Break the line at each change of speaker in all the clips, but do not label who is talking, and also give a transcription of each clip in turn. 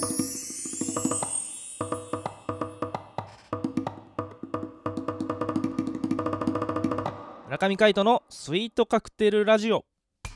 村上海人のスイートカクテルラジオ。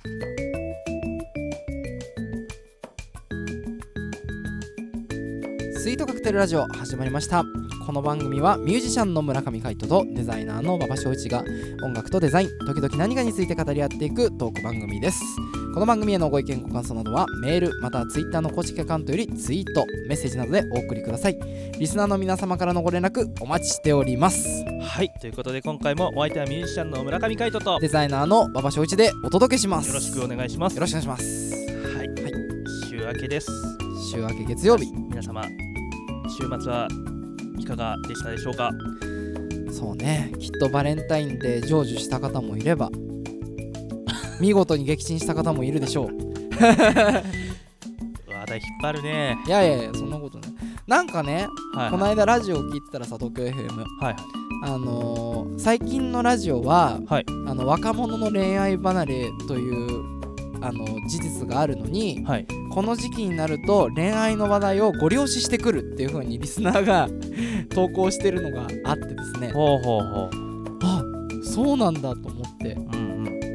スイートカクテルラジオ始まりました。この番組はミュージシャンの村上海人とデザイナーの馬場翔一が音楽とデザイン、時々何かについて語り合っていくトーク番組です。この番組へのご意見ご感想などはメールまたはツイッターの公式アカウントよりツイートメッセージなどでお送りください。リスナーの皆様からのご連絡お待ちしております。
はい、ということで今回もお相手はミュージシャンの村上海人と
デザイナーの馬場翔一でお届けします。
よろしくお願いします。
よろしくお願いします。
はい、はい、週明けです。
週明け月曜日、
皆様週末はいかがでしたでしょうか。
そうね、きっとバレンタインで成就した方もいれば見事に撃沈した方もいるでしょう
話題引っ張るね。
いやいやそんなことない。なんかね、はいはい、この間ラジオを聞いてたらさ、東京 FM、はいはい、最近のラジオは、はい、若者の恋愛離れという事実があるのに、はい、この時期になると恋愛の話題をご了承してくるっていう風にリスナーが投稿してるのがあってですね、
ほうほうほう、
あ、そうなんだと思って、うんうん、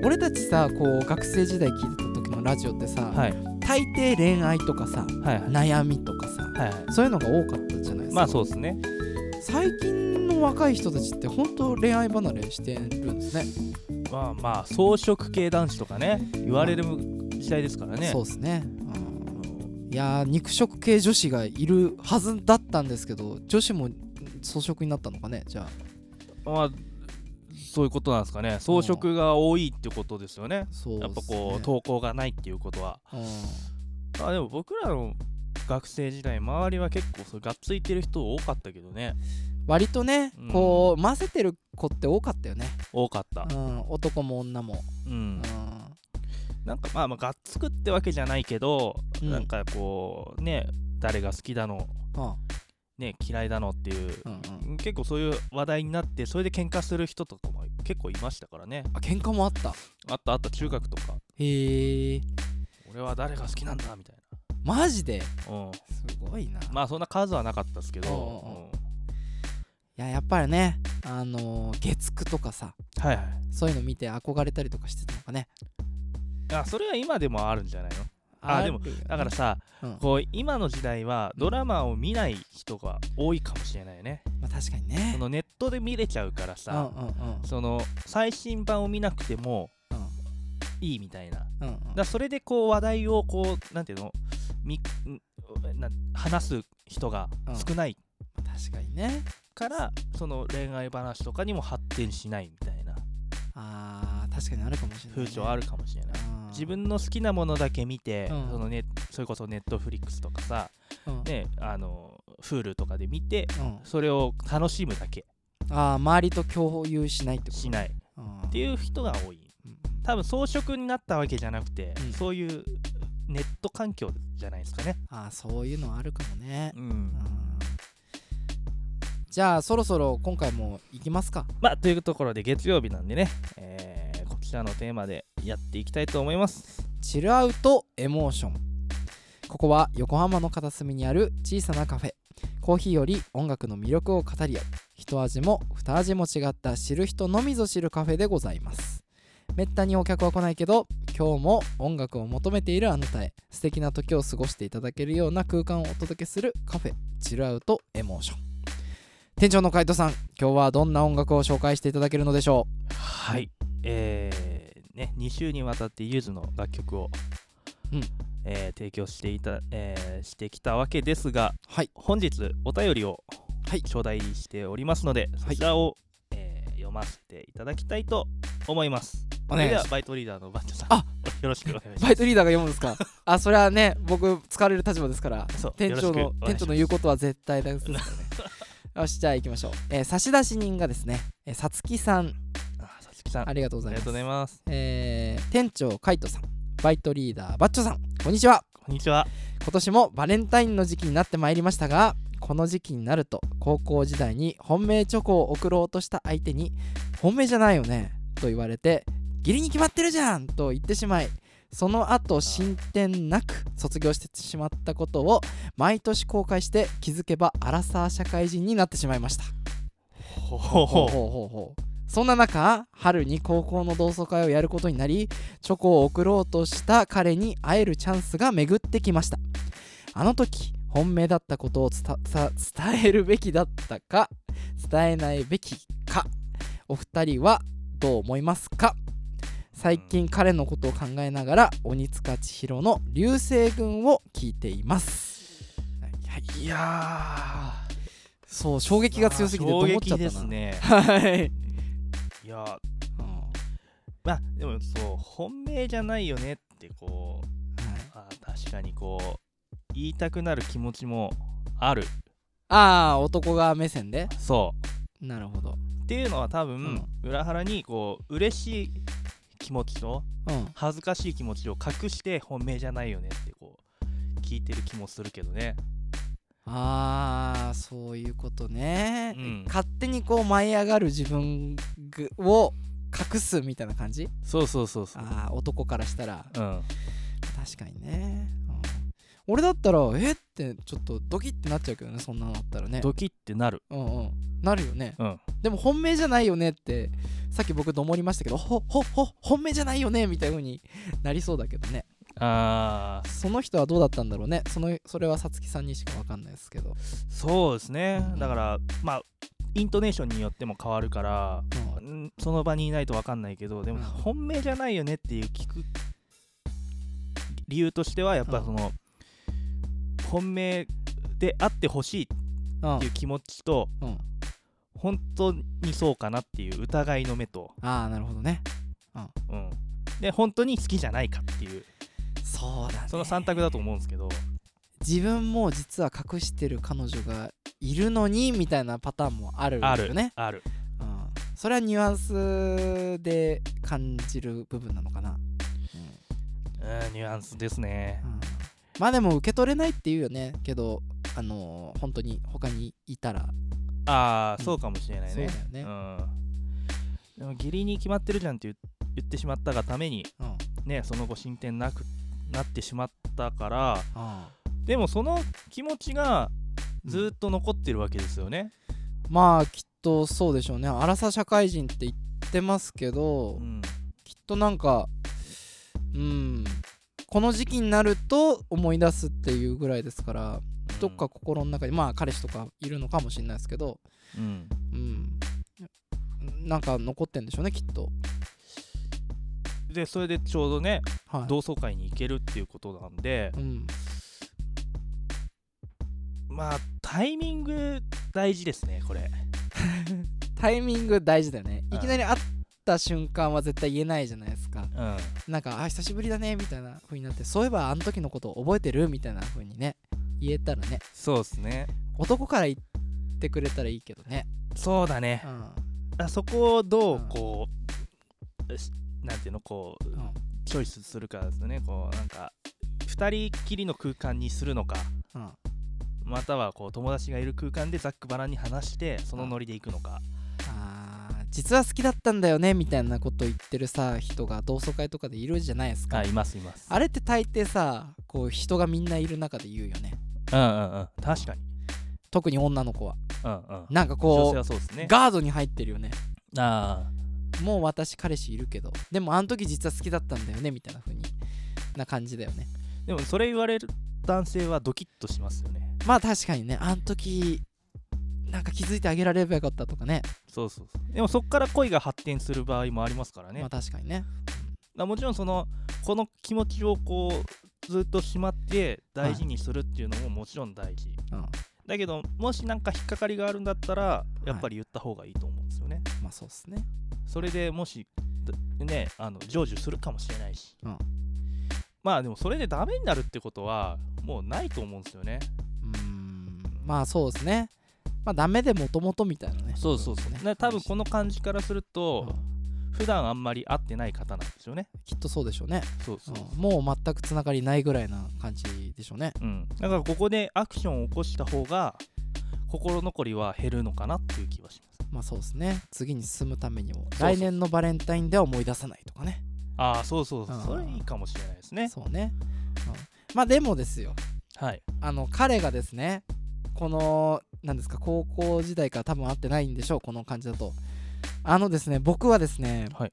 俺たちさ、こう学生時代聞いてた時のラジオってさ、はい、大抵恋愛とかさ、はいはい、悩みとかさ、はいはい、そういうのが多かったじゃないですか。
まあそうですね。
最近の若い人たちって本当恋愛離れしてるんですね。
まあ草食系男子とかね言われる時代ですからね。
そうですね、いや肉食系女子がいるはずだったんですけど、女子も草食になったのかね。じゃあ
まあそういうことなんですかね。草食が多いってことですよね。
そうですね、
やっぱこう投稿がないっていうことは。でも僕らの学生時代周りは結構それがっついてる人多かったけどね。
割とね、うん、こう混ぜてる子って多かったよね。
多かった、
うん、男も女も、
うんうん、なんかまあがっつくってわけじゃないけど、うん、なんかこうね、誰が好きだの、ね、嫌いだのっていう、うんうん、結構そういう話題になって、それで喧嘩する人とかも結構いましたからね。
あ、喧嘩もあった。
あった中学とか。
へえ。
俺は誰が好きなんだみたいな。
マジで、
うん、
すごいな。
まあそんな数はなかったですけど、
いや、やっぱりね、月9とかさ、
はいはい、
そういうの見て憧れたりとかしてたのかね。
それは今でもあるんじゃないの。でもだからさ、うん、こう今の時代はドラマを見ない人が多いかもしれないよね。
まあ、確かにね。
そのネットで見れちゃうからさ、その最新版を見なくてもいいみたいな、だそれでこう話題をこうなんていうの話す人が少ない、
確かにね。
からその恋愛話とかにも発展しないみたいな、
確かにあるかもしれない、ね、
風潮あるかもしれない。自分の好きなものだけ見て、それこそネットフリックスとかさ、ね、Hulu とかで見て、それを楽しむだけ。
周りと共有しないってこと。
しないっていう人が多い。多分草食になったわけじゃなくて、そういうネット環境じゃないですかね。
そういうのあるかもね。じゃあそろそろ今回も行きますか。
というところで月曜日なんでね、こちらのテーマでやっていきたいと思います。
チルアウトエモーション。ここは横浜の片隅にある小さなカフェ。コーヒーより音楽の魅力を語り合う、一味も二味も違った知る人のみぞ知るカフェでございます。めったにお客は来ないけど、今日も音楽を求めているあなたへ素敵な時を過ごしていただけるような空間をお届けするカフェ、チルアウトエモーション。店長の海人さん、今日はどんな音楽を紹介していただけるのでしょう。
はい、2週にわたってゆずの楽曲を、提供してきたわけですが、はい、本日お便りを頂戴しておりますので、そちらを、読ませていただきたいと思います。それではバイトリーダーのバッチョさん、よろしくお願いします。
バイトリーダーが読むんですか。それはね、僕使われる立場ですから、店長の言うことは絶対ですからね。よし、じゃあ行きましょう。差出人がですね、さつきさん。ありがとうございます。店長海人さん、バイトリーダーバッチョさん、こんにちは。
こんにちは。
今年もバレンタインの時期になってまいりましたが、この時期になると高校時代に本命チョコを送ろうとした相手に、本命じゃないよねと言われて、義理に決まってるじゃんと言ってしまい、 その後進展なく卒業してしまったことを毎年後悔して気づけばアラサー社会人になってしまいました。
ほほ
ほそんな中、春に高校の同窓会をやることになり、チョコを送ろうとした彼に会えるチャンスが巡ってきました。あの時本命だったことを伝えるべきだったか伝えないべきか、お二人はどう思いますか？最近彼のことを考えながら鬼塚千尋の流星群を聞いています。
いや
そう、衝撃が強すぎてどう思っちゃったな。衝撃
ですね。
はい
いや、まあでもそう本命じゃないよねってこう、確かにこう言いたくなる気持ちもある。
男側目線で。
そう
なるほど。
っていうのは多分、裏腹にこう嬉しい気持ちと恥ずかしい気持ちを隠して本命じゃないよねってこう聞いてる気もするけどね。
そういうことね、勝手にこう舞い上がる自分を隠すみたいな感じ。
そう
男からしたら、確かにね、俺だったらってちょっとドキッてなっちゃうけどね。そんなのあったらね
ドキッてなる。
なるよね、でも本命じゃないよねってさっき僕どもりましたけど、本命じゃないよねみたいな風になりそうだけどね。その人はどうだったんだろうね。それはさつきさんにしか分かんないですけど。
そうですね、だからまあイントネーションによっても変わるから、その場にいないと分かんないけど、でも本命じゃないよねっていう聞く理由としてはやっぱその、本命であってほしいっていう気持ちと、本当にそうかなっていう疑いの目と、
なるほどね、
で本当に好きじゃないかっていう、
そうだね、
その3択だと思うんですけど、
自分も実は隠してる彼女がいるのにみたいなパターンもあるよね。
ある、
それはニュアンスで感じる部分なのかな。
ニュアンスですね、
まあでも受け取れないっていうよね。けど本当に他にいたら
そうかもしれないね。
そうだよね、
でも義理に決まってるじゃんって言ってしまったがために、ね、その後進展なくなってしまったから、でもその気持ちがずっと残ってるわけですよね。
まあきっとそうでしょうね。アラサー社会人って言ってますけど、きっとなんかこの時期になると思い出すっていうぐらいですから、どっか心の中にまあ彼氏とかいるのかもしれないですけど、なんか残ってんでしょうねきっと。
でそれでちょうどね、同窓会に行けるっていうことなんで、まあタイミング大事ですねこれ。
タイミング大事だよね。いきなり会った瞬間は絶対言えないじゃないですか。なんか久しぶりだねみたいな風になって、そういえばあの時のこと覚えてるみたいな風にね言えたらね。
そうですね、
男から言ってくれたらいいけどね。
そうだね、そこをどうこう、なんていうのこう、チョイスするかですね。こうなんか2人きりの空間にするのか、またはこう友達がいる空間でざっくばらんに話してそのノリで行くのか。
実は好きだったんだよねみたいなこと言ってるさ人が同窓会とかでいるじゃないですか。
います
あれって大抵さこう人がみんないる中で言うよね。
確かに。
特に女の子は、なんかこう、ガードに入ってるよね。もう私彼氏いるけどでもあの時実は好きだったんだよねみたいな風にな感じだよね。
でもそれ言われる男性はドキッとしますよね。
まあ確かにね、あの時なんか気づいてあげられればよかったとかね。
そうでもそっから恋が発展する場合もありますからね。
まあ確かにね。
もちろんこの気持ちをこうずっとしまって大事にするっていうのももちろん大事、だけどもしなんか引っかかりがあるんだったらやっぱり言った方がいいと思うんですよね。
まあそうですね。
それでもしね成就するかもしれないし、まあでもそれでダメになるってことはもうないと思うんですよね。
まあそうですね。まあダメでもともとみたいなね。
そう多分この感じからすると、普段あんまり会ってない方なんですよね。
きっとそうでしょうね。もう全くつながりないぐらいな感じでしょうね。
だからここでアクションを起こした方が心残りは減るのかなっていう気はします。
まあそうですね。次に進むためにも来年のバレンタインでは思い出さないとかね。
ああそうそうそう、それいいかもしれないですね。
そうね、まあでもですよ、
はい、
彼がですね、この何ですか、高校時代から多分会ってないんでしょう、この感じだと。ですね、僕はですね、
はい、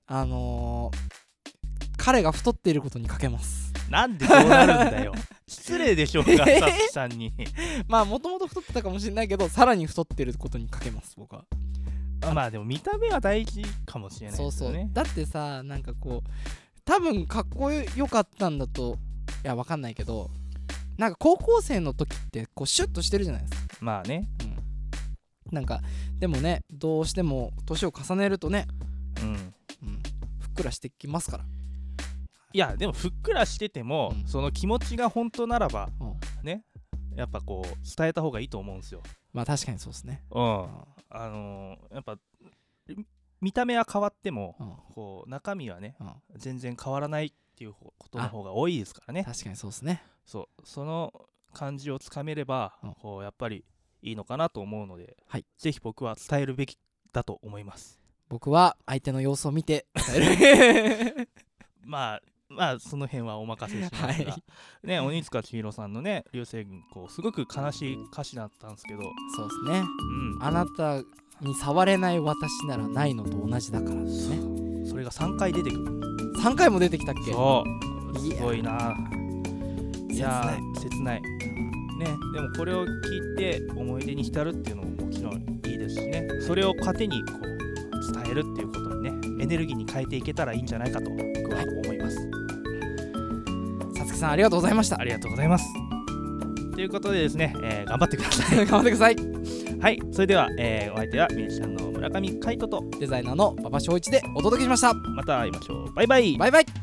彼が太っていることにかけます。
なんでそうなるんだよ失礼でしょうかさつきさんに
まあもともと太ってたかもしれないけど、さらに太ってることにかけます、僕は。
まあでも見た目は大事かもしれないですよね。
そうそう、だってさ、なんかこう多分かっこよかったんだと、いやわかんないけど、なんか高校生の時ってこうシュッとしてるじゃないですか。
まあね、
なんかでもね、どうしても年を重ねるとね、ふっくらしてきますから。
いやでもふっくらしてても、その気持ちが本当ならば、ね、やっぱこう伝えた方がいいと思うんですよ。
まあ確かにそうですね。
やっぱ見た目は変わっても、こう中身はね、全然変わらないっていうことの方が多いですからね。
確かにそうですね。
その感じをつかめれば、こうやっぱりいいのかなと思うので、ぜひ僕は伝えるべきだと思います。
僕は相手の様子を見て伝える
まあその辺はお任せしますが、ね、鬼塚千尋さんのね流星群、こうすごく悲しい歌詞だったんですけど、
そうですね、あなたに触れない私ならないのと同じだからですね。
それが3回出てくる。
3回も出てきたっけ。
そうすごいな。いや切ないね。でもこれを聞いて思い出に浸るっていうのももちろんいいですしね、それを糧にこう伝えるっていうことにね、エネルギーに変えていけたらいいんじゃないかと僕は思います。
さつきさんありがとうございました。
ありがとうございます。ということでですね、頑張ってください
頑張ってください。
はい、それでは、お相手はミュージシャンの村上海人と
デザイナーの馬場翔一でお届けしました。
また会いましょう。バイバイ。
バイバイ。